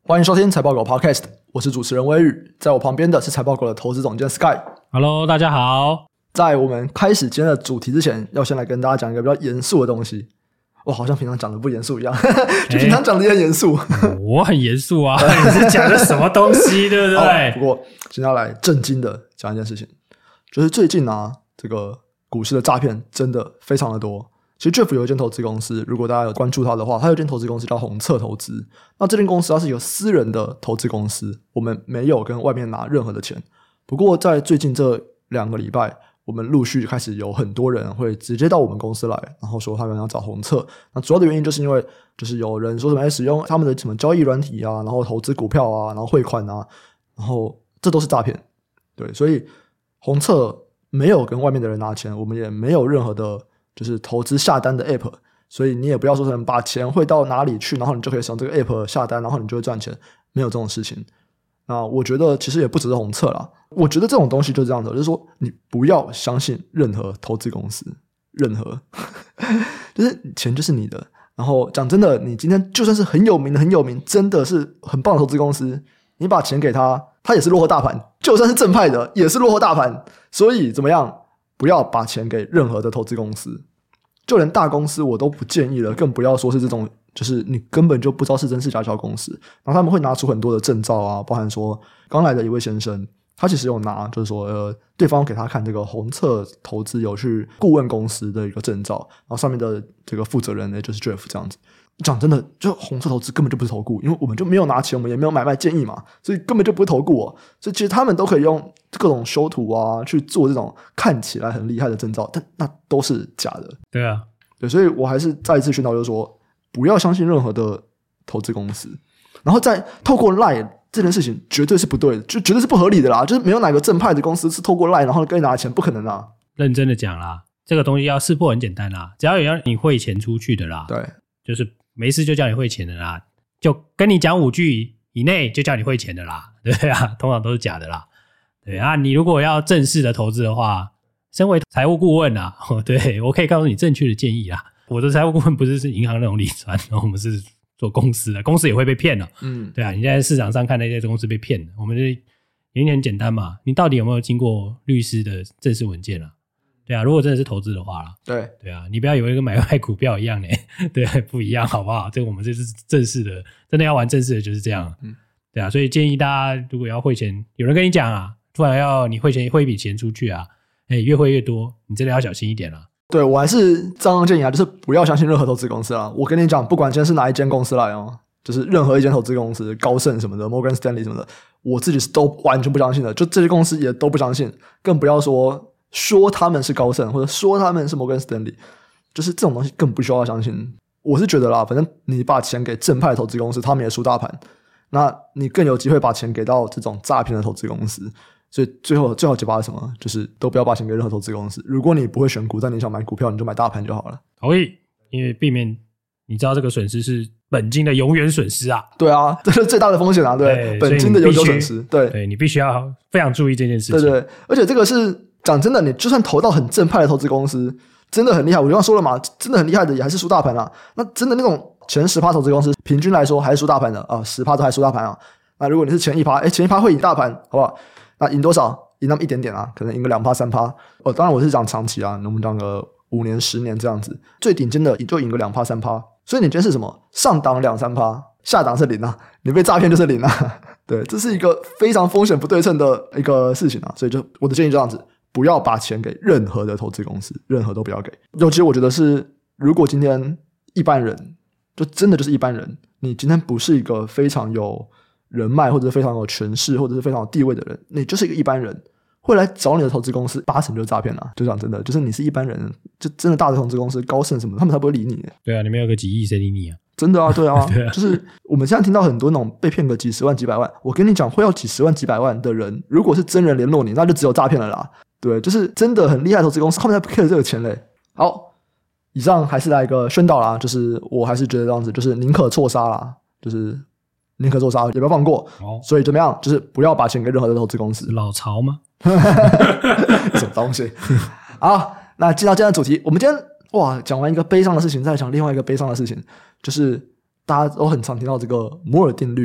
欢迎收听财报狗 Podcast， 我是主持人威宇，在我旁边的是财报狗的投资总监 Sky。Hello， 大家好。 在我们开始今天的主题之前，要先来跟大家讲一个比较严肃的东西。哇，好像平常讲的不严肃一样，就平常讲的也很严肃。 我很严肃啊，你是讲的什么东西，对不对？ 不过今天要来正经的讲一件事情，就是最近啊，这个股市的诈骗真的非常的多。其实 Jeff 有一间投资公司，如果大家有关注他的话，他有一间投资公司叫红策投资。那这间公司它是一个私人的投资公司，我们没有跟外面拿任何的钱。不过在最近这2个礼拜，我们陆续开始有很多人会直接到我们公司来，然后说他们要找红策。那主要的原因就是因为就是有人说什么使用他们的什么交易软体啊，然后投资股票啊，然后汇款啊，然后这都是诈骗。对，所以红策没有跟外面的人拿钱，我们也没有任何的就是投资下单的 app， 所以你也不要说什么把钱汇到哪里去，然后你就可以使用这个 app 下单，然后你就会赚钱，没有这种事情。那我觉得其实也不只是红策啦，我觉得这种东西就是这样的，就是说你不要相信任何投资公司，任何就是钱就是你的。然后讲真的，你今天就算是很有名的很有名，真的是很棒的投资公司，你把钱给他，他也是落后大盘，就算是正派的也是落后大盘。所以怎么样，不要把钱给任何的投资公司，就连大公司我都不建议了，更不要说是这种就是你根本就不知道是真是假小公司。然后他们会拿出很多的证照啊，包含说刚来的一位先生，他其实有拿就是说对方给他看这个红策投资有去顾问公司的一个证照，然后上面的这个负责人呢就是 Jeff 这样子。讲真的，就红策投资根本就不是投顾，因为我们就没有拿钱，我们也没有买卖建议嘛，所以根本就不是投顾哦。所以其实他们都可以用各种修图啊去做这种看起来很厉害的证照，但那都是假的。 对啊， 对，所以我还是再一次宣导，就是说不要相信任何的投资公司，然后再透过 LINE 这件事情绝对是不对的，就绝对是不合理的啦，就是没有哪个正派的公司是透过 LINE 然后跟你拿钱，不可能啊。 认真的讲啦，这个东西要识破很简单啦，只要有让你汇钱出去的啦， 对， 就是没事就叫你汇钱的啦，就跟你讲5句以内就叫你汇钱的啦，对啊，通常都是假的啦。对啊，你如果要正式的投资的话，身为财务顾问啊，对，我可以告诉你正确的建议啦。我的财务顾问不是银行那种理专，我们是做公司的，公司也会被骗的。对啊，你现在市场上看那些公司被骗的，我们就原因很简单嘛，你到底有没有经过律师的正式文件啊？对啊，如果真的是投资的话啦，对啊，你不要以为跟买卖股票一样咧，对，不一样好不好？这个我们这是正式的，真的要玩正式的就是这样。对啊，所以建议大家如果要汇钱，有人跟你讲啊，突然要你汇一笔钱出去啊，越汇越多，你真的要小心一点啦。 对，我还是这样建议啊，就是不要相信任何投资公司啦。我跟你讲，不管今天是哪一间公司来哦，就是任何一间投资公司，高盛什么的 Morgan Stanley 什么的，我自己是都完全不相信的，就这些公司也都不相信，更不要说他们是高盛或者说他们是 Morgan Stanley， 就是这种东西更不需要相信。我是觉得啦，反正你把钱给正派的投资公司，他们也输大盘，那你更有机会把钱给到这种诈骗的投资公司。所以最好解法是什么？就是都不要把钱给任何投资公司。如果你不会选股，但你想买股票，你就买大盘就好了。 同意，因为避免你知道这个损失是本金的永远损失啊。 对啊，这是最大的风险啊。对，本金的永久损失。 对，你必须要非常注意这件事情。 对，而且这个是讲真的，你就算投到很正派的投资公司，真的很厉害。我刚刚说了嘛，真的很厉害的也还是输大盘啊。那真的那种前 10% 投资公司，平均来说还是输大盘的啊，10% 都还输大盘啊。那如果你是前 1%， 前 1% 会赢大盘，好不好？那赢多少？赢那么一点点啊，可能赢个 2%、3%。当然我是讲长期啊，我们讲个5年、10年这样子，最顶尖的也就赢个 2%、3%。所以你今天是什么？上档 2-3%， 下档是0啊，你被诈骗就是0啊。对，这是一个非常风险不对称的一个事情啊。所以就我的建议就这样子，不要把钱给任何的投资公司，任何都不要给。尤其我觉得是，如果今天一般人，就真的就是一般人，你今天不是一个非常有人脉或者是非常有权势或者是非常有地位的人，你就是一个一般人，会来找你的投资公司8成就是诈骗啦。就讲真的，就是你是一般人，就真的大的投资公司高盛什么的，他们才不会理你。 对啊，你们有个几亿谁理你啊？ 真的啊，对啊，对啊，就是我们现在听到很多那种被骗个几十万几百万，我跟你讲，会要几十万几百万的人，如果是真人联络你，那就只有诈骗了啦。对，就是真的很厉害的投资公司，他们才不 care 这个钱嘞。好，以上还是来一个宣导啦，就是我还是觉得这样子，就是宁可错杀啦，就是宁可错杀也不要放过。所以怎么样，就是不要把钱给任何的投资公司。 老巢吗？ 什么东西？好，那进到今天的主题，我们今天讲完一个悲伤的事情，再讲另外一个悲伤的事情，就是大家都很常听到这个摩尔定律。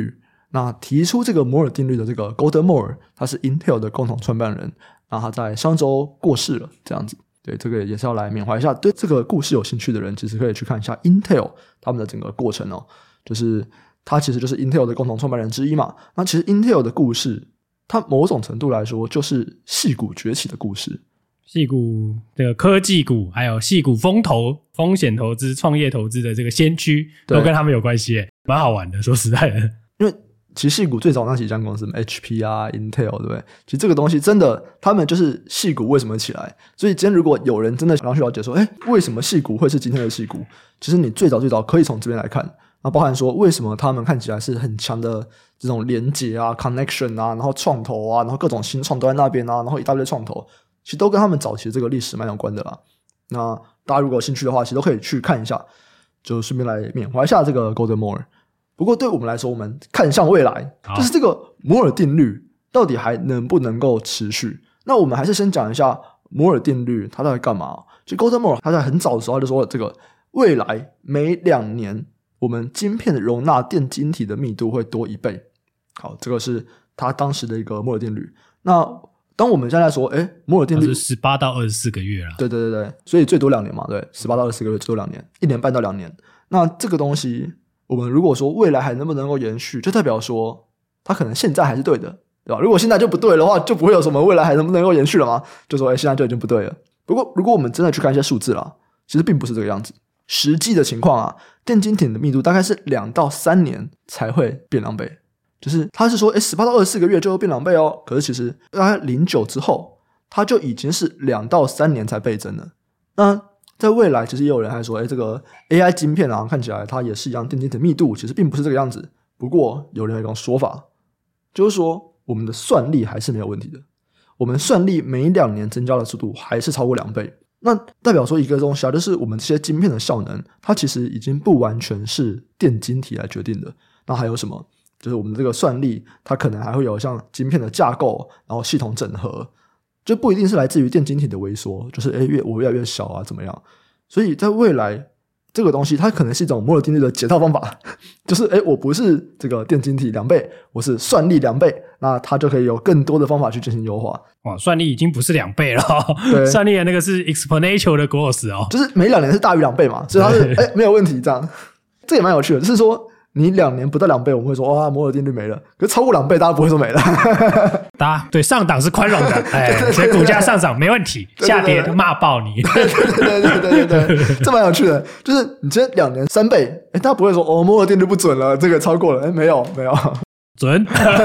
那提出这个摩尔定律的这个 Gordon Moore， 他是 Intel 的共同创办人，那他在上周过世了，这样子。对，这个也是要来缅怀一下。对这个故事有兴趣的人，其实可以去看一下 Intel 他们的整个过程哦。就是他其实就是 Intel 的共同创办人之一嘛。那其实 Intel 的故事，它某种程度来说就是矽谷崛起的故事。 矽谷这个科技股，还有矽谷风险投资、创业投资的这个先驱，都跟他们有关系耶，蛮好玩的。说实在的， 因为其实矽谷最早那几家公司 HP 啊 Intel 对不对，其实这个东西真的他们就是矽谷为什么起来。所以今天如果有人真的想要去了解说为什么矽谷会是今天的矽谷，其实你最早可以从这边来看，包含说为什么他们看起来是很强的这种连结啊 connection 啊，然后创投啊，然后各种新创都在那边啊，然后一大堆创投，其实都跟他们早期的这个历史蛮有关的啦。那大家如果有兴趣的话，其实都可以去看一下，就顺便来缅怀一下这个 Gordon Moore。不过对我们来说，我们看向未来，就是这个摩尔定律到底还能不能够持续。那我们还是先讲一下摩尔定律它到底干嘛。就 Gordon Moore 他在很早的时候就说，这个未来每2年我们晶片容纳电晶体的密度会多1倍。好，这个是他当时的一个摩尔定律。那当我们现在说摩尔定律是18到24个月啦。 对，所以最多2年嘛，对，18到24个月最多2年，1年半到2年。那这个东西我们如果说未来还能不能够延续，就代表说它可能现在还是对的，对吧？如果现在就不对的话，就不会有什么未来还能不能够延续了嘛，就说现在就已经不对了。不过如果我们真的去看一些数字啦，其实并不是这个样子。实际的情况啊，电晶体的密度大概是2到3年才会变2倍。就是他是说18到24个月就会变2倍哦，可是其实大概09之后它就已经是2到3年才倍增了。那在未来其实也有人还说这个 AI 晶片啊，看起来它也是一样，电晶体密度其实并不是这个样子。不过有人有一种说法，就是说我们的算力还是没有问题的，我们算力每2年增加的速度还是超过2倍。那代表说一个东西啊，就是我们这些晶片的效能，它其实已经不完全是电晶体来决定的。那还有什么？就是我们的这个算力，它可能还会有像晶片的架构，然后系统整合，就不一定是来自于电晶体的微缩，就是我越来越小啊怎么样。所以在未来这个东西它可能是一种摩尔定律的解套方法，就是我不是这个电晶体2倍，我是算力2倍，那它就可以有更多的方法去进行优化。 哇，算力已经不是2倍了哦，算力的那个是 exponential 的 growth 哦， 就是每2年是大于2倍嘛，所以它是没有问题这样。这也蛮有趣的，就是说你2年不到2倍，我们会说哇摩尔定律没了，可是超过2倍大家不会说没了。 大家对上档是宽容的，所以股价上涨没问题，下跌骂爆你。 对，这蛮有趣的，就是你今天2年3倍，大家不会说摩尔定律不准了，这个超过了，没有准，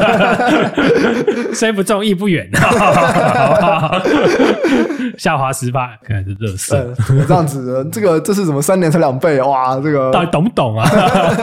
虽不中亦不远。下滑10%，看这热色， 这样子的，这是什么3年才2倍？哇，这个到底懂不懂啊？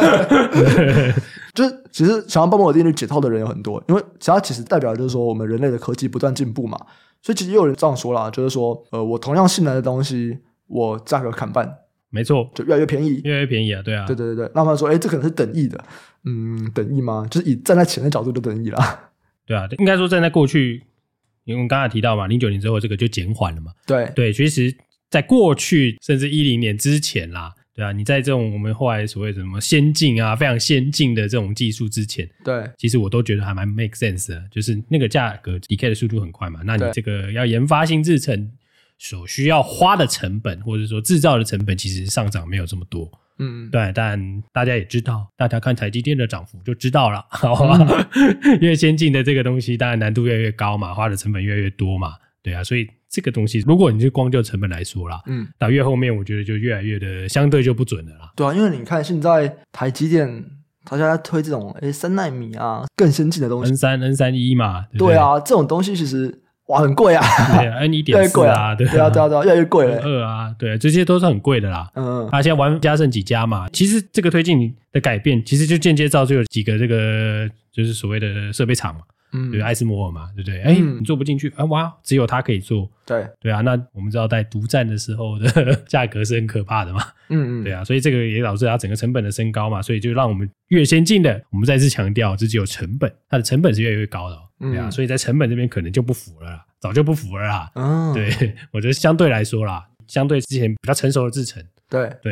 就是其实想要帮摩尔定律解套的人有很多，因为它其实代表就是说我们人类的科技不断进步嘛，所以其实也有人这样说啦，就是说我同样性能的东西，我价格砍半。 没错， 就越来越便宜， 越来越便宜啊，对啊， 对，那么说这可能是等义的，等义吗？就是以站在钱的角度就等义啦。 对啊，应该说站在过去，因为我们刚才提到嘛，09年之后这个就减缓了嘛，对，其实在过去甚至10年之前啦，对啊，你在这种我们后来所谓的什么先进啊，非常先进的这种技术之前， 对， 其实我都觉得还蛮 make sense 的，就是那个价格 decay 的速度很快嘛，那你这个要研发新制程所需要花的成本，或者说制造的成本，其实上涨没有这么多。对，但大家也知道，大家看台积电的涨幅就知道了，好吧？越先进的这个东西，当然难度越来越高嘛，花的成本越来越多嘛，对啊，所以这个东西，如果你就光就成本来说啦，到越后面我觉得就越来越的相对就不准了啦。 对啊，因为你看现在台积电，大家在推这种3奈米啊更先进的东西 N3、N31 嘛， 对啊，这种东西其实哇很贵啊， 对啊 N1.4 啊，对啊， 越来越贵了 ，N2啊，对啊，这些都是很贵的啦。现在玩家剩几家嘛，其实这个推进的改变，其实就间接造就有几个这个就是所谓的设备厂嘛。对，艾斯摩尔嘛，对不对？你做不进去啊，哇，只有他可以做。对啊，那我们知道在独占的时候的价格是很可怕的嘛。对啊，所以这个也导致它整个成本的升高嘛，所以就让我们越先进的，我们再次强调，这只有成本，它的成本是越来越高的。对啊，所以在成本这边可能就不符了啦，早就不符了啦。对，我觉得相对来说啦，相对之前比较成熟的制程， 对，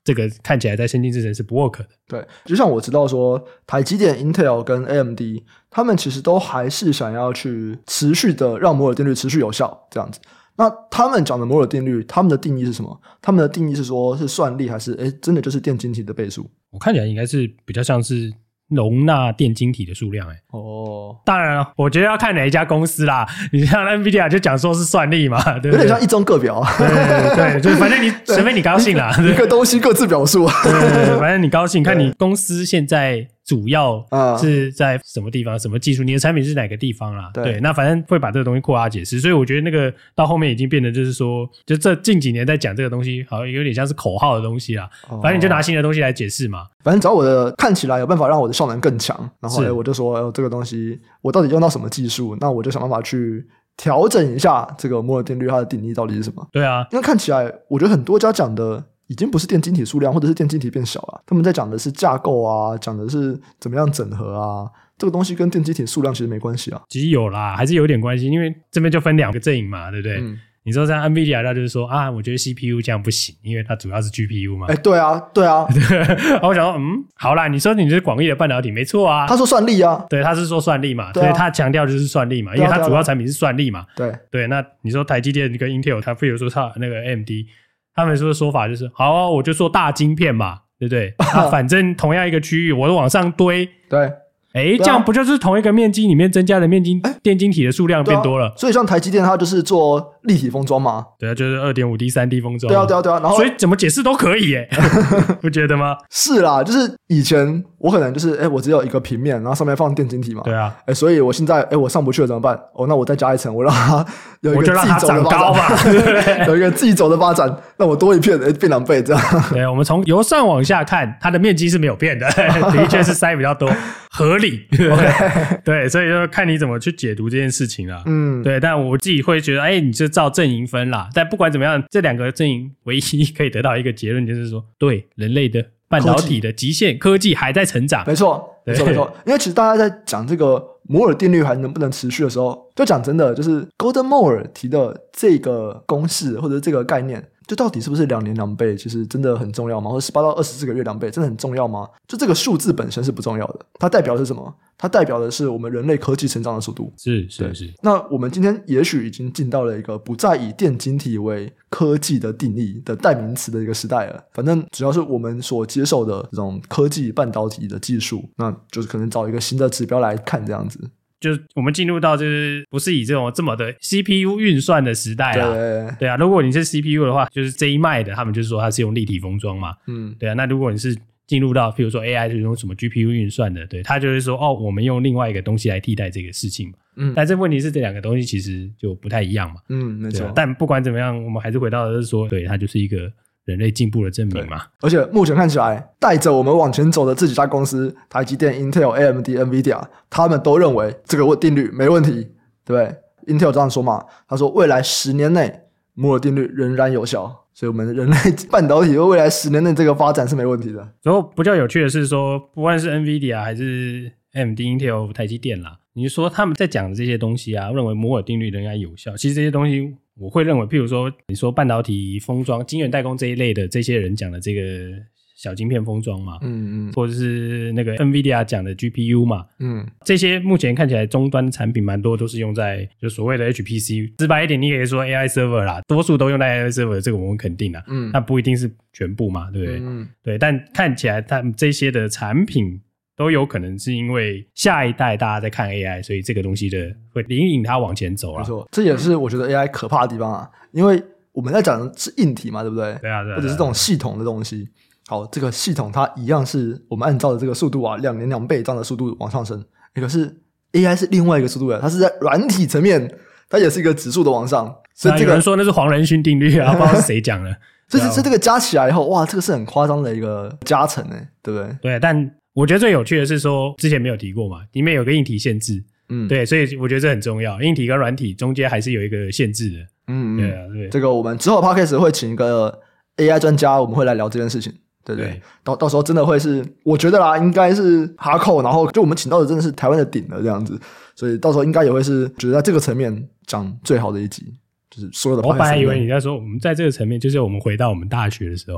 这个看起来在先进制程是不 work 的。 对，就像我知道说台积电 Intel 跟 AMD 他们其实都还是想要去持续的让摩尔定律持续有效这样子。那他们讲的摩尔定律，他们的定义是什么？他们的定义是说是算力还是真的就是电晶体的倍数？ 我看起来应该是比较像是容纳电晶体的数量。当然了，我觉得要看哪一家公司啦。你像 NVIDIA 就讲说是算力嘛，对不对？ 有点像一中各表。 对，就是反正你随便你高兴啦， 一个东西各自表述。 对，反正你高兴，看你公司现在主要是在什么地方、什么技术，你的产品是哪个地方啦？对，那反正会把这个东西扩大解释。所以我觉得那个到后面已经变得就是说，就这近几年在讲这个东西，好像有点像是口号的东西啦。反正你就拿新的东西来解释嘛。 反正只要我的看起来有办法让我的效能更强，然后我就说这个东西我到底用到什么技术，那我就想办法去调整一下这个摩尔定律它的定义到底是什么。 对啊， 因为看起来我觉得很多家讲的已经不是电晶体数量或者是电晶体变小了，他们在讲的是架构啊，讲的是怎么样整合啊，这个东西跟电晶体数量其实没关系啊。 其实有啦，还是有点关系，因为这边就分两个阵营嘛，对不对？你说像 NVIDIA 他就是说啊，我觉得 CPU 这样不行，因为它主要是 GPU 嘛。 对啊我想说好啦，你说你是广义的半导体没错啊， 他说算力啊， 对，他是说算力嘛，所以他强调就是算力嘛，因为他主要产品是算力嘛。 对， 那你说台积电跟 Intel 他比如说他那个 AMD 他们说法就是好啊，我就做大晶片嘛，对不对？反正同样一个区域我都往上堆， 对， 这样不就是同一个面积里面增加的电晶体的数量变多了？ 所以像台积电它就是做立体封装嘛， 对啊，就是 2.5D 3D 封装。 对啊，然后所以怎么解释都可以耶不觉得吗？ 是啦，就是以前我可能就是我只有一个平面，然后上面放电晶体嘛， 对啊， 所以我现在我上不去了怎么办？那我再加一层，我让它有一个自己走的发展，有一个自己走的发展，那我多一片变2倍这样。 对，我们从由上往下看，它的面积是没有变的，的确是塞比较多，合理。对，所以就看你怎么去解读这件事情啦。对，但我自己会觉得，你是照阵营分啦。但不管怎么样，这两个阵营唯一可以得到一个结论，就是说，对人类的半导体的极限科技还在成长。 没错。因为其实大家在讲这个摩尔定律还能不能持续的时候，就讲真的，就是 Gordon Moore 提的这个公式或者这个概念，就到底是不是2年2倍，其实真的很重要吗？或者18到24个月2倍，真的很重要吗？就这个数字本身是不重要的，它代表的是什么？它代表的是我们人类科技成长的速度。 是。 那我们今天也许已经进到了一个不再以电晶体为科技的定义的代名词的一个时代了。反正只要是我们所接受的这种科技半导体的技术，那就是可能找一个新的指标来看这样子。 就我们进入到就是不是以这么的 CPU 运算的时代啦。对啊，如果你是 CPU 的话，就是这一脉的，他们就是说它是用立体封装嘛。对啊，那如果你是进入到比如说 AI 就是用什么 GPU 运算的，对，它就是说我们用另外一个东西来替代这个事情嘛。但这问题是这两个东西其实就不太一样嘛。 没错。 但不管怎么样，我们还是回到的是说，对，它就是一个人类进步的证明嘛。 而且目前看起来带着我们往前走的这几家公司，台积电、Intel、AMD、NVIDIA， 他们都认为这个定律没问题，对不对？ Intel 这样说嘛，他说未来10年内摩尔定律仍然有效，所以我们人类半导体未来10年内这个发展是没问题的。 然后比较有趣的是说，不管是 NVIDIA 还是 AMD、Intel、台积电啦，你说他们在讲的这些东西啊，认为摩尔定律仍然有效，其实这些东西我会认为，譬如说你说半导体封装、晶圆代工这一类的这些人讲的这个小晶片封装嘛，或者是那个 NVIDIA 讲的 GPU 嘛，这些目前看起来终端产品蛮多都是用在就所谓的 HPC， 直白一点你可以说 AI server 啦，多数都用在 AI server， 这个我们肯定啦，那不一定是全部嘛，对不对？对，但看起来他们这些的产品都有可能是因为下一代大家在看 AI， 所以这个东西的会引领它往前走啦。 没错，这也是我觉得 AI 可怕的地方啊，因为我们在讲的是硬体嘛，对不对？ 对啊， 或者是这种系统的东西。好，这个系统它一样是我们按照的这个速度啊，2年2倍这样的速度往上升。可是 AI 是另外一个速度的，它是在软体层面，它也是一个指数的往上。所以有人说那是黄仁勋定律啊，不知道是谁讲的。 所以这个加起来以后，哇，这个是很夸张的一个加成对不对？ 对，但我觉得最有趣的是说，之前没有提过嘛，里面有个硬体限制，对，所以我觉得这很重要，硬体跟软体中间还是有一个限制的，对啊，对， 这个我们之后 Podcast 会请一个 AI 专家，我们会来聊这件事情，对不对？到时候真的会是，我觉得啦，应该是哈扣，然后就我们请到的真的是台湾的顶了这样子，所以到时候应该也会是觉得在这个层面讲最好的一集，就是所有的 Podcast。 我本来以为你在说我们在这个层面，就是我们回到我们大学的时候。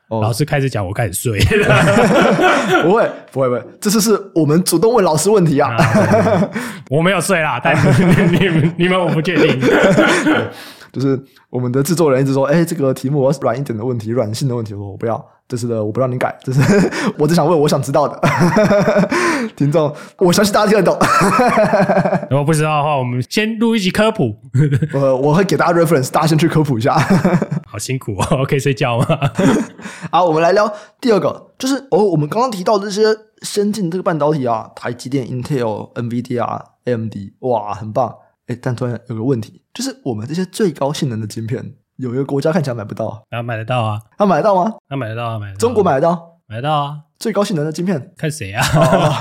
老师开始讲，我开始睡。 不会，这次是我们主动问老师问题啊。 我没有睡啦，但你们我不确定。 就是我们的制作人一直说，这个题目我要软一点的问题，软性的问题，我不要，这次的我不让你改，这是我只想问我想知道的。听众，我相信大家听得懂。 如果不知道的话，我们先录一集科普。 我会给大家 reference， 大家先去科普一下。 好辛苦哦，可以睡觉吗？ 好，我们来聊第二个，就是我们刚刚提到的这些先进这个半导体啊，台积电、Intel、NVIDIA、AMD， 哇，很棒。但突然有个问题，就是我们这些最高性能的晶片，有一个国家看起来买不到。 买得到啊？ 他买得到吗？ 他买得到啊， 中国买得到？ 买得到啊。 最高性能的晶片， 看谁啊？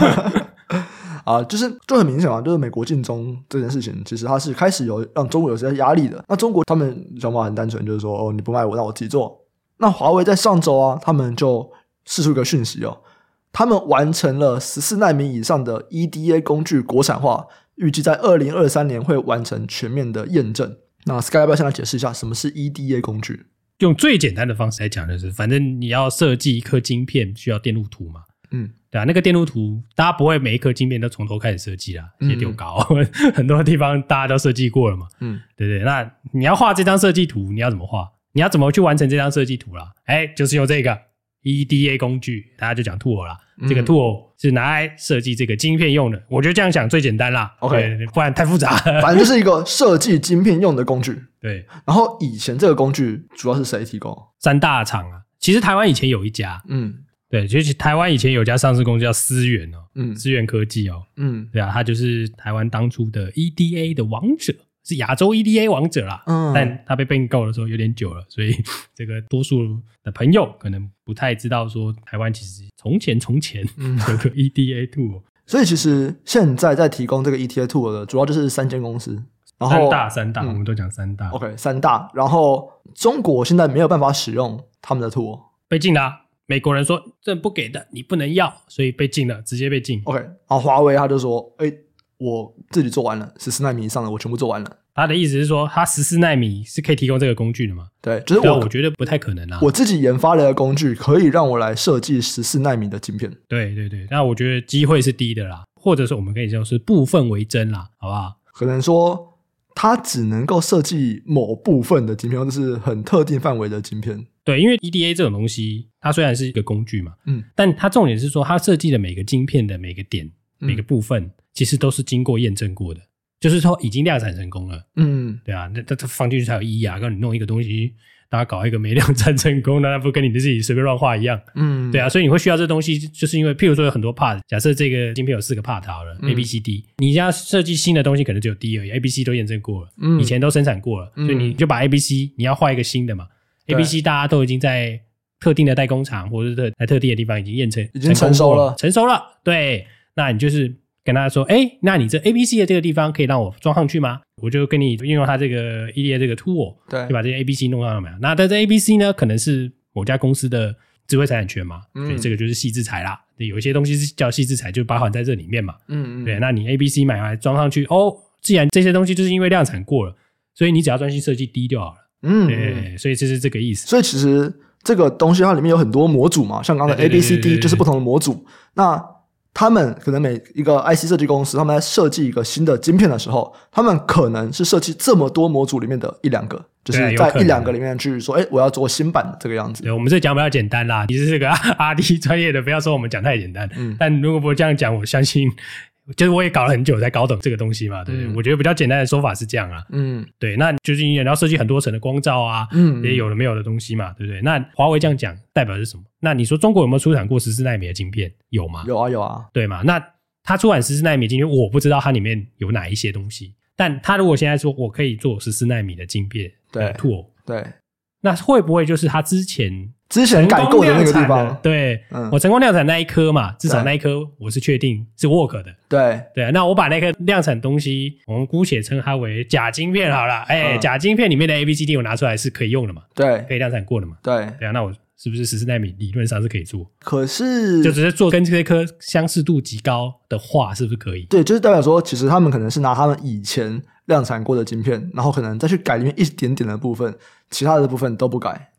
就很明显嘛，就是美国进中这件事情，其实它是开始有让中国有些压力的。那中国他们想法很单纯，就是说你不卖我，那我自己做。那华为在上周啊，他们就释出一个讯息他们完成了14奈米以上的 EDA 工具国产化，预计在2023年会完成全面的验证。那 Sky 要不要先来解释一下什么是 EDA 工具？ 用最简单的方式来讲，就是反正你要设计一颗晶片需要电路图嘛。对啊，那个电路图大家不会每一颗晶片都从头开始设计啦，也丢高。很多地方大家都设计过了嘛。对对，那你要画这张设计图，你要怎么画？你要怎么去完成这张设计图啦？就是用这个 EDA 工具，大家就讲 tool 啦。这个 tool 是拿来设计这个晶片用的，我觉得这样想最简单啦。OK， 不然太复杂。 反正就是一个设计晶片用的工具。 对， 然后以前这个工具主要是谁提供 ？3大厂啊。其实台湾以前有一家，对，其实台湾以前有家上市公司叫思源思源科技对啊，它就是台湾当初的 EDA 的王者。是亚洲 EDA 王者啦，但他被并购的时候有点久了，所以这个多数的朋友可能不太知道说台湾其实从前有个 EDA tool， 所以其实现在在提供这个 EDA tool 的主要就是3间公司，然后三大，我们都讲3大。 OK， 3大，然后中国现在没有办法使用他们的 tool， 被禁了美国人说这不给的，你不能要，所以被禁了，直接被禁。 OK， 然后华为他就说，我自己做完了14奈米以上的我全部做完了。 他的意思是说他14奈米是可以提供这个工具的吗？ 对，就是我觉得不太可能啊。 我自己研发了一个工具可以让我来设计14奈米的晶片。 对对对，那我觉得机会是低的啦，或者说我们可以说是部分为真啦，好不好？ 可能说它只能够设计某部分的晶片，或者是很特定范围的晶片。 对，因为 EDA 这种东西它虽然是一个工具嘛，但它重点是说它设计的每个晶片的每个点每个部分其实都是经过验证过的，就是说已经量产成功了。对啊，那它放进去才有意义啊，跟你弄一个东西大家搞一个没量产成功，那不跟你自己随便乱画一样。对啊，所以你会需要这东西，就是因为譬如说有很多 part， 假设这个晶片有4个 part 好了，ABCD， 你要设计新的东西可能只有 D 而已， ABC 都验证过了，以前都生产过了，所以你就把 ABC 你要画一个新的嘛， ABC 大家都已经在特定的代工厂或者是在特定的地方已经验证已经成熟了， 对，那你就是跟他说那你这 ABC 的这个地方可以让我装上去吗？我就跟你运用它这个 EDA 这个 tool， 对，就把这些 ABC 弄上了嘛。那但这 ABC 呢可能是某家公司的智慧财产权嘛，所以这个就是细制裁啦，有一些东西是叫细制裁，就包含在这里面嘛。对，那你 ABC 买来装上去既然这些东西就是因为量产过了，所以你只要专心设计 D 就好了。对，所以这是这个意思。 所以其实这个东西它里面有很多模组嘛，像刚才 ABCD 就是不同的模组。那他们可能每一个 IC 设计公司他们在设计一个新的晶片的时候，他们可能是设计这么多模组里面的1-2个，就是在1-2个里面去说我要做新版的这个样子。 对，我们这讲比较简单啦，你是这个RD 专业的，不要说我们讲太简单。但如果不这样讲，我相信就是我也搞了很久才搞懂这个东西嘛，对不对？我觉得比较简单的说法是这样啊。对，那就是你要设计很多层的光罩啊，也有的没有的东西嘛，对不对？那华为这样讲代表是什么？那你说中国有没有出产过14奈米的晶片？有吗？ 有啊， 对嘛？那它出产14奈米晶片，我不知道它里面有哪一些东西，但它如果现在说我可以做14奈米的晶片， 对 tool， 对， 那会不会就是它之前改过的那个地方？ 对，我成功量产那一颗嘛，至少那一颗我是确定是 work 的。对，那我把那颗量产东西，我们姑且称它为假晶片好了。假晶片里面的 ABCD 我拿出来是可以用的嘛？对，可以量产过的嘛？对啊，那我是不是14奈米理论上是可以做？ 可是就只是做跟这颗相似度极高的话，是不是可以？ 对，就是代表说，其实他们可能是拿他们以前量产过的晶片，然后可能再去改里面一点点的部分，其他的部分都不改。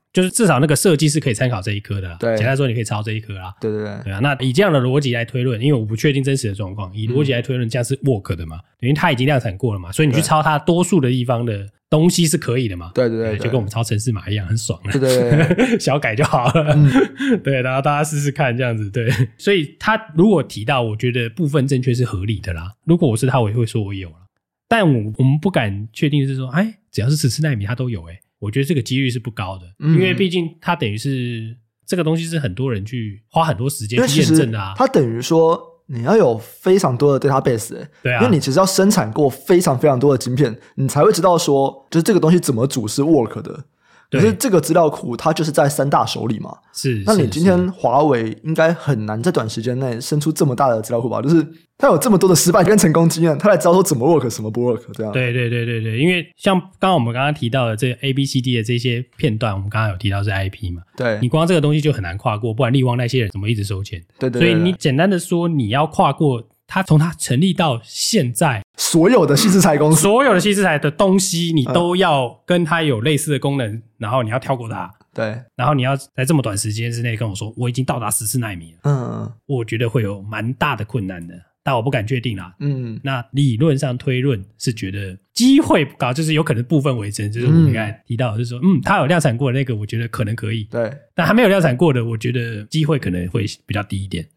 就是至少那个设计是可以参考这一颗的啦。 对， 简单说你可以抄这一颗啦。 对对对， 对啊，那以这样的逻辑来推论，因为我不确定真实的状况，以逻辑来推论，这样是 work 的嘛？因为它已经量产过了嘛，所以你去抄它多数的地方的东西是可以的嘛？ 对对对， 就跟我们抄程式码一样，很爽的。 对对对， 小改就好了。对，然后大家试试看这样子。对，所以他如果提到，我觉得部分正确是合理的啦。如果我是他，我也会说我有了，但我们不敢确定是说，哎，只要是14奈米它都有我觉得这个几率是不高的，因为毕竟它等于是这个东西是很多人去花很多时间去验证的啊。 它等于说你要有非常多的 database， 对啊， 因为你其实要生产过非常非常多的晶片，你才会知道说，就是这个东西怎么组是 work 的。可是这个资料库它就是在3大手里嘛， 是。 那你今天华为应该很难在短时间内生出这么大的资料库吧？就是它有这么多的失败跟成功经验，它才知道说怎么 work 什么不 work 这样。 对对对对对，因为像我们刚刚提到的这 ABCD 的这些片段，我们刚刚有提到是 IP 嘛， 对， 你光这个东西就很难跨过，不然力旺那些人怎么一直收钱？ 对对对， 所以你简单的说，你要跨过它从它成立到现在， 所有的矽智财公司， 所有的矽智财的东西，你都要跟它有类似的功能，然后你要跳过它。 对， 然后你要在这么短时间之内跟我说我已经到达14奈米了，我觉得会有蛮大的困难的，但我不敢确定啦。那理论上推论是觉得机会不高，就是有可能部分为真，就是我们刚才提到的就是说它有量产过的那个我觉得可能可以， 对， 但还没有量产过的我觉得机会可能会比较低一点。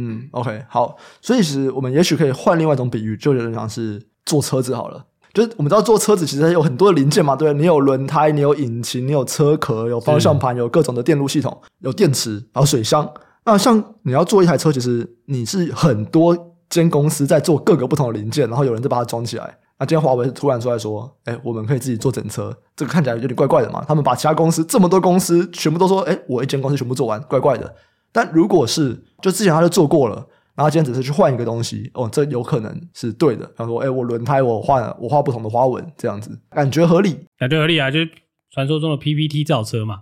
OK， 好，所以其实我们也许可以换另外一种比喻，就有点像是做车子好了。就是我们知道做车子其实有很多的零件嘛，对，你有轮胎，你有引擎，你有车壳，有方向盘，有各种的电路系统，有电池，然后水箱。那像你要做一台车，其实你是很多间公司在做各个不同的零件，然后有人再把它装起来。那今天华为突然出来说，我们可以自己做整车，这个看起来有点怪怪的嘛。他们把其他公司这么多公司全部都说，我一间公司全部做完，怪怪的。但如果是就之前他就做过了，然后今天只是去换一个东西，这有可能是对的。他说，我轮胎我画不同的花纹，这样子感觉合理， 感觉合理啊，就是传说中的 PPT 造车嘛。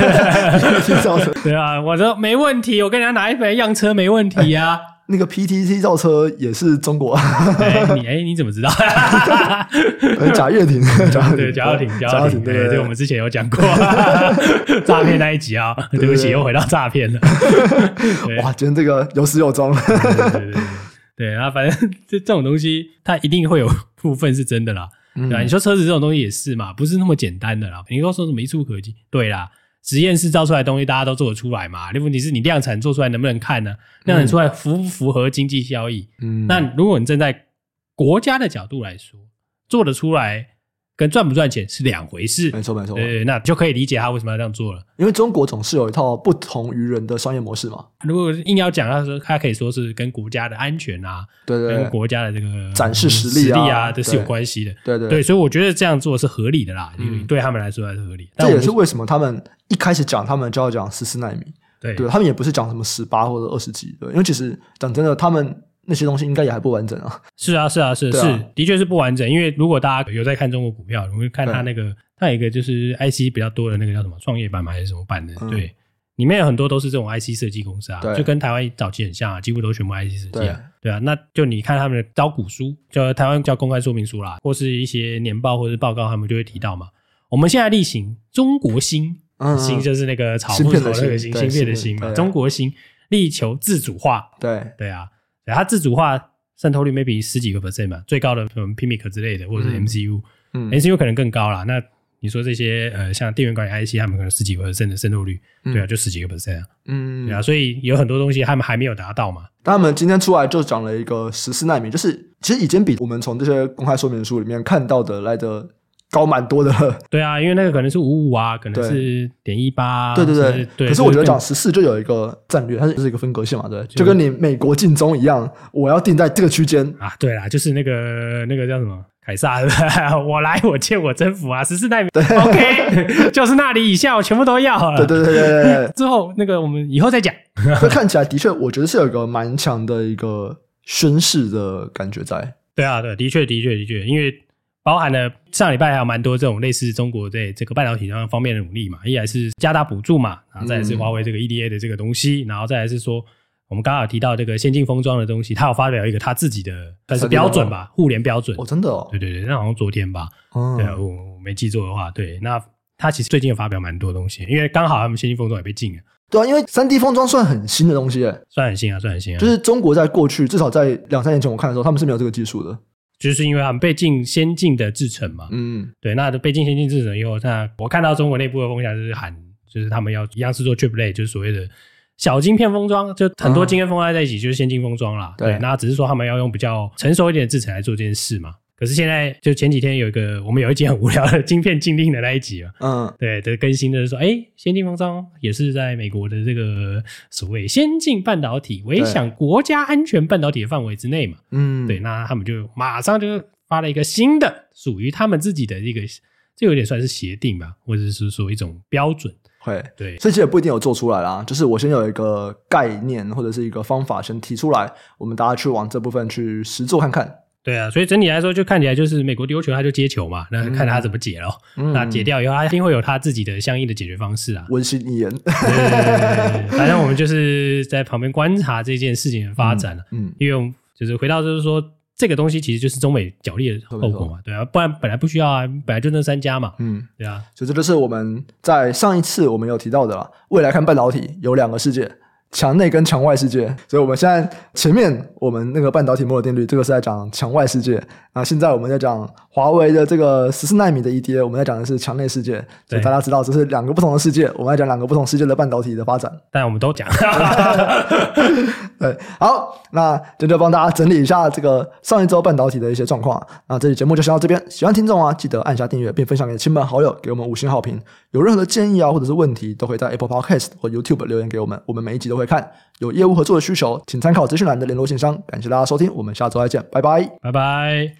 PPT 造车， 对啊，我说没问题，我跟人家拿一本样车没问题啊。 那个 PTT 造车也是中国你怎么知道？ 贾跃亭， 对，贾跃亭，对，这个我们之前有讲过诈骗那一集啊。对不起，又回到诈骗了。 哇，今天这个有始有终。 对啊，反正这种东西它一定会有部分是真的啦。对吧？你说车子这种东西也是嘛，不是那么简单的啦。你跟我说什么一触可及，对啦。实验室造出来的东西大家都做得出来嘛，问题是你量产做出来能不能看呢？量产出来符不符合经济效益？那如果你站在国家的角度来说，做得出来跟赚不赚钱是两回事。 没错没错， 对，那就可以理解他为什么要这样做了。 因为中国总是有一套不同于人的商业模式嘛。 如果硬要讲，他可以说是跟国家的安全啊， 对， 跟国家的这个展示实力啊， 这是有关系的。 对， 所以我觉得这样做是合理的啦，对他们来说还是合理。 这也是为什么他们一开始讲他们就要讲14奈米，对他们也不是讲什么18或者20几，对，因为其实讲真的，他们那些东西应该也还不完整啊。 是，的确是不完整。因为如果大家有在看中国股票，你会看它那个，它有一个就是 IC 比较多的那个叫什么创业板嘛，还是什么板的？对，里面有很多都是这种 IC 设计公司啊，就跟台湾早期很像啊，几乎都全部 IC 设计啊。对啊，那就你看他们的招股书，就台湾叫公开说明书啦，或是一些年报或是报告，他们就会提到嘛。我们现在力行中国芯，芯就是那个草木头那个芯，芯片的芯嘛，中国芯力求自主化。对啊，它自主化渗透率 maybe 10几个%嘛，最高的PMIC 之类的，或者是 MCU，MCU 可能更高啦。那你说这些像电源管理 IC， 他们可能10几个%的渗透率，对啊，就10几个%啊，对啊，所以有很多东西他们还没有达到嘛。 他们今天出来就讲了一个14奈米，就是其实已经比我们从这些公开说明书里面看到的来的高蛮多的了。 对啊，因为那个可能是55啊，可能是.18啊。 对。可是我觉得讲14就有一个战略，它是一个分隔线嘛，对，就跟你美国竞中一样，我要定在这个区间啊。对啦，就是那个叫什么凯撒，我来我见我征服啊，14奈米 ，OK， 就是那里以下我全部都要了。 对。 之后那个我们以后再讲。 这看起来的确，我觉得是有一个蛮强的一个宣示的感觉在。 对啊，对，的确，因为包含了上礼拜还有蛮多这种类似中国在这个半导体方面的努力嘛，一来是加大补助嘛，然后再来是华为这个 EDA 的这个东西，然后再来是说我们刚刚有提到这个先进封装的东西，他有发表一个他自己的算是标准吧，互联标准。 真的哦。 对，那好像昨天吧。对啊，我没记错的话，对，那他其实最近有发表蛮多东西，因为刚好他们先进封装也被禁了。 对啊，因为 3D 封装算很新的东西耶， 算很新啊，算很新啊。 就是中国在过去至少在2-3年前我看的时候，他们是没有这个技术的。 就是因为他们被禁先进的制程嘛，对，那被禁先进制程以后，那我看到中国内部的风向就是喊，就是他们要一样是做 chiplet， 就是所谓的小晶片封装，就很多晶片封装在一起，就是先进封装啦。对，那只是说他们要用比较成熟一点的制程来做这件事嘛。可是现在就前几天我们有一集很无聊的晶片禁令的那一集啊，对的更新的是说，先进封装也是在美国的这个所谓先进半导体为享国家安全半导体的范围之内嘛，对，那他们就马上就发了一个新的属于他们自己的一个，这有点算是协定吧，或者是说一种标准。 会， 对， 所以其实也不一定有做出来啦，就是我先有一个概念或者是一个方法先提出来，我们大家去往这部分去实做看看。 对啊，所以整体来说就看起来就是美国丢球他就接球嘛，那看他怎么解咯。那解掉以后他一定会有他自己的相应的解决方式啊。 温馨一言。 对，反正我们就是在旁边观察这件事情的发展因为我们就是回到就是说这个东西其实就是中美角力的后果嘛，对啊，不然本来不需要啊，本来就那3家嘛，对啊， 所以这就是我们在上一次我们有提到的啦，未来看半导体有2个世界，墙内跟墙外世界。所以我们现在前面我们那个半导体摩尔定律，这个是在讲墙外世界，那现在我们在讲华为的这个14奈米的 EDA， 我们在讲的是墙内世界。所以大家知道这是2个不同的世界，我们在讲2个不同世界的半导体的发展， 但我们都讲。 对，好，那今天就帮大家整理一下这个上一周半导体的一些状况。那这期节目就先到这边，喜欢听众啊，记得按下订阅并分享给亲朋好友，给我们5星好评。有任何的建议啊或者是问题，都可以在 Apple Podcast 或 YouTube 留言给我们，我们每一集都会看。有业务合作的需求，请参考资讯栏的联络信箱。感谢大家收听，我们下周再见，拜拜， 拜拜。